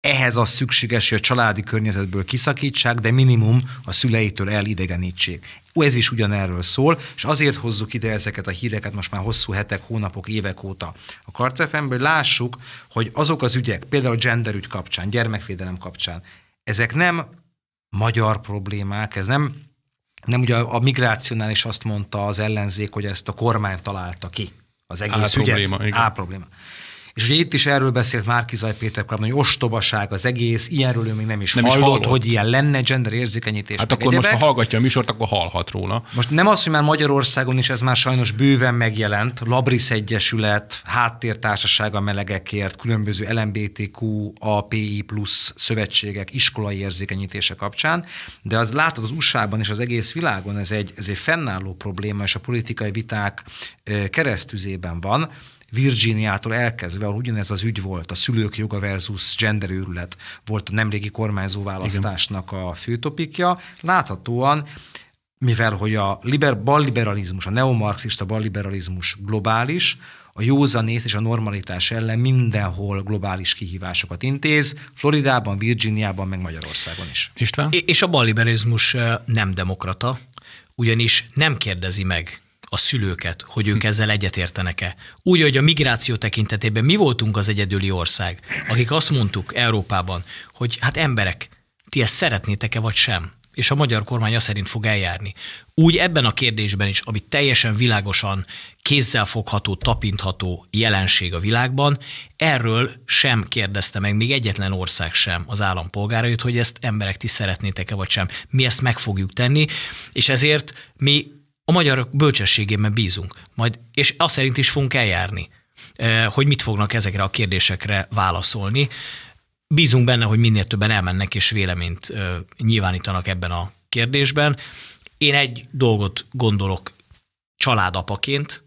ehhez az szükséges, hogy a családi környezetből kiszakítsák, de minimum a szüleitől elidegenítsék. Ez is ugyanerről szól, és azért hozzuk ide ezeket a híreket most már hosszú hetek, hónapok, évek óta a Karc FM-ből, hogy lássuk, hogy azok az ügyek, például a genderügy kapcsán, gyermekvédelem kapcsán, ezek nem magyar problémák, ez nem ugye a migrációnál is azt mondta az ellenzék, hogy ezt a kormány találta ki, az egész ügyet. Probléma. És ugye itt is erről beszélt Márki-Zay Péter korábban, hogy ostobaság az egész, ilyenről ő még nem is hallott, hogy ilyen lenne, gender érzékenyítés. Hát akkor most, ha hallgatja a műsort, akkor hallhat róla. Most nem az, hogy már Magyarországon is ez már sajnos bőven megjelent, Labrisz Egyesület, Háttértársaság a melegekért, különböző LMBTQ, API plusz szövetségek, iskolai érzékenyítése kapcsán, de az látod az USA-ban és az egész világon ez egy fennálló probléma, és a politikai viták keresztüzében van. Virginiától elkezdve, ahol ugyanez az ügy volt, a szülők joga versus genderőrület volt a nemrégi kormányzó választásnak a főtopikja. Láthatóan, mivel hogy a balliberalizmus, a neomarxista balliberalizmus globális, a józanész és a normalitás ellen mindenhol globális kihívásokat intéz, Floridában, Virginiában, meg Magyarországon is. István? És a balliberalizmus nem demokrata, ugyanis nem kérdezi meg a szülőket, hogy ők ezzel egyetértenek-e. Úgy, hogy a migráció tekintetében mi voltunk az egyedüli ország, akik azt mondtuk Európában, hogy hát emberek, ti ezt szeretnétek-e vagy sem? És a magyar kormány azt szerint fog eljárni. Úgy ebben a kérdésben is, ami teljesen világosan kézzelfogható, tapintható jelenség a világban, erről sem kérdezte meg még egyetlen ország sem az állampolgárait, hogy ezt emberek ti szeretnétek-e vagy sem. Mi ezt meg fogjuk tenni, és ezért mi a magyarok bölcsességében bízunk, és azt szerint is fogunk eljárni, hogy mit fognak ezekre a kérdésekre válaszolni. Bízunk benne, hogy minél többen elmennek és véleményt nyilvánítanak ebben a kérdésben. Én egy dolgot gondolok családapaként,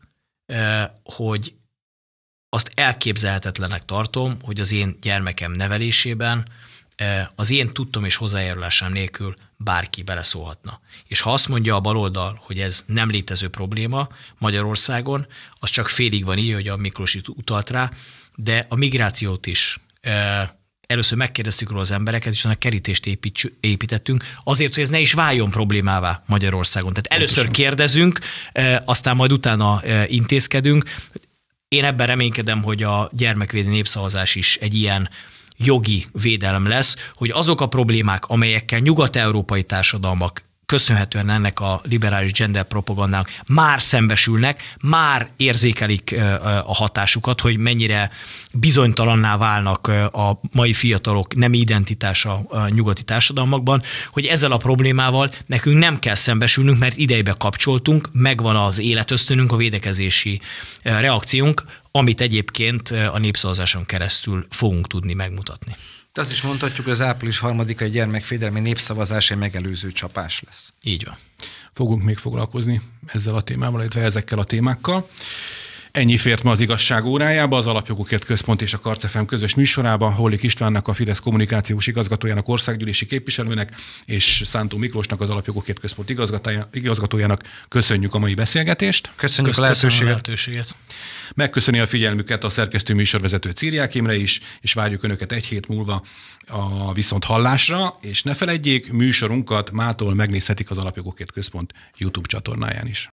hogy azt elképzelhetetlenek tartom, hogy az én gyermekem nevelésében az én tudtom és hozzájárulásom nélkül bárki beleszólhatna. És ha azt mondja a baloldal, hogy ez nem létező probléma Magyarországon, az csak félig van így, hogy a Miklós itt utalt rá, de a migrációt is először megkérdeztük róla az embereket, és annak kerítést építettünk, azért, hogy ez ne is váljon problémává Magyarországon. Tehát először kérdezünk, aztán majd utána intézkedünk. Én ebben reménykedem, hogy a gyermekvédelmi népszavazás is egy ilyen jogi védelem lesz, hogy azok a problémák, amelyekkel nyugat-európai társadalmak köszönhetően ennek a liberális gender propagandának már szembesülnek, már érzékelik a hatásukat, hogy mennyire bizonytalanná válnak a mai fiatalok nemi identitása a nyugati társadalmakban, hogy ezzel a problémával nekünk nem kell szembesülnünk, mert idejbe kapcsoltunk, megvan az életösztönünk, a védekezési reakciónk, amit egyébként a népszavazáson keresztül fogunk tudni megmutatni. De azt is mondhatjuk, hogy az április 3-ai gyermekvédelmi népszavazás egy megelőző csapás lesz. Így van. Fogunk még foglalkozni ezzel a témával, illetve ezekkel a témákkal. Ennyi fért ma az Igazság órájába, az Alapjogokért Központ és a Karc FM közös műsorában. Hollik Istvánnak, a Fidesz kommunikációs igazgatójának, országgyűlési képviselőnek, és Szántó Miklósnak, az Alapjogokért Központ igazgatójának köszönjük a mai beszélgetést. Köszönjük a lehetőséget. Megköszöni a figyelmüket a szerkesztő műsorvezető Círiák Imre is, és várjuk Önöket egy hét múlva a viszonthallásra, és ne feledjék, műsorunkat mától megnézhetik az Alapjogokért Központ YouTube csatornáján is.